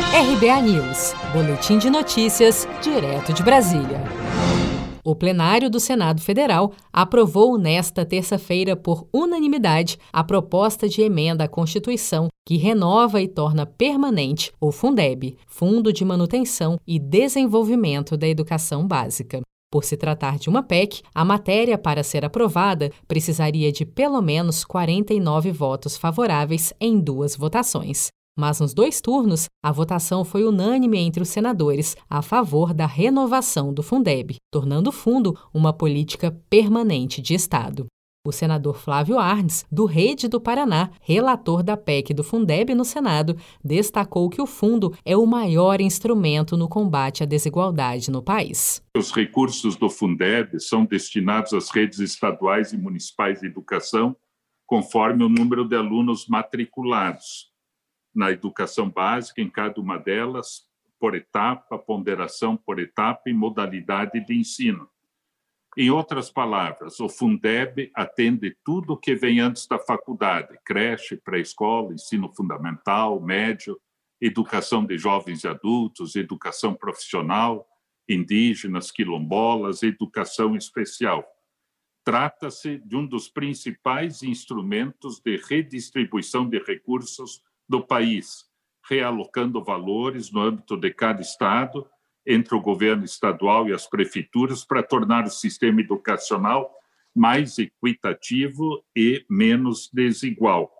RBA News, Boletim de Notícias, direto de Brasília. O plenário do Senado Federal aprovou nesta terça-feira, por unanimidade, a proposta de emenda à Constituição que renova e torna permanente o Fundeb, Fundo de Manutenção e Desenvolvimento da Educação Básica. Por se tratar de uma PEC, a matéria, para ser aprovada, precisaria de pelo menos 49 votos favoráveis em 2 votações. Mas nos 2 turnos, a votação foi unânime entre os senadores a favor da renovação do Fundeb, tornando o fundo uma política permanente de Estado. O senador Flávio Arnes, do Rede do Paraná, relator da PEC do Fundeb no Senado, destacou que o fundo é o maior instrumento no combate à desigualdade no país. Os recursos do Fundeb são destinados às redes estaduais e municipais de educação, conforme o número de alunos matriculados na educação básica, em cada uma delas, por etapa, ponderação por etapa e modalidade de ensino. Em outras palavras, o Fundeb atende tudo o que vem antes da faculdade: creche, pré-escola, ensino fundamental, médio, educação de jovens e adultos, educação profissional, indígenas, quilombolas, educação especial. Trata-se de um dos principais instrumentos de redistribuição de recursos do país, realocando valores no âmbito de cada estado, entre o governo estadual e as prefeituras, para tornar o sistema educacional mais equitativo e menos desigual.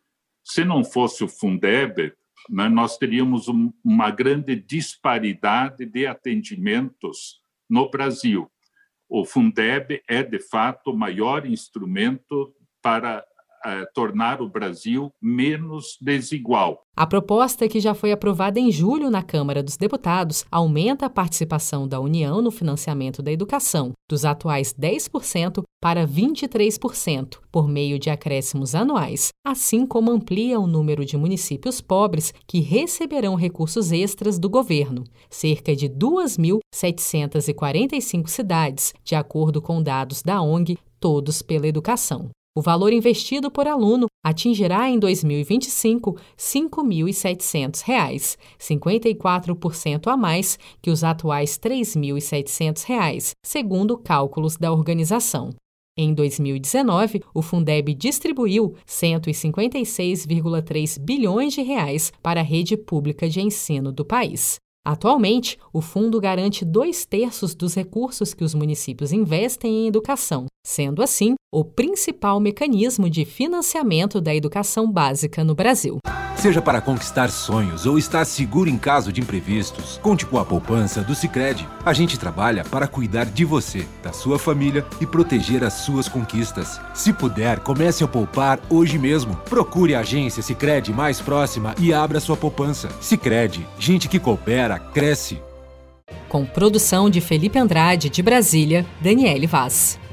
Se não fosse o Fundeb, nós teríamos uma grande disparidade de atendimentos no Brasil. O Fundeb é, de fato, o maior instrumento para tornar o Brasil menos desigual. A proposta, que já foi aprovada em julho na Câmara dos Deputados, aumenta a participação da União no financiamento da educação, dos atuais 10% para 23%, por meio de acréscimos anuais, assim como amplia o número de municípios pobres que receberão recursos extras do governo, cerca de 2.745 cidades, de acordo com dados da ONG Todos pela Educação. O valor investido por aluno atingirá em 2025 R$ 5.700, 54% a mais que os atuais R$ 3.700, segundo cálculos da organização. Em 2019, o Fundeb distribuiu R$ 156,3 bilhões para a rede pública de ensino do país. Atualmente, o fundo garante 2/3 dos recursos que os municípios investem em educação, sendo assim o principal mecanismo de financiamento da educação básica no Brasil. Seja para conquistar sonhos ou estar seguro em caso de imprevistos, conte com a poupança do Sicredi. A gente trabalha para cuidar de você, da sua família e proteger as suas conquistas. Se puder, comece a poupar hoje mesmo. Procure a agência Sicredi mais próxima e abra sua poupança. Sicredi, gente que coopera, cresce. Com produção de Felipe Andrade, de Brasília, Daniele Vaz.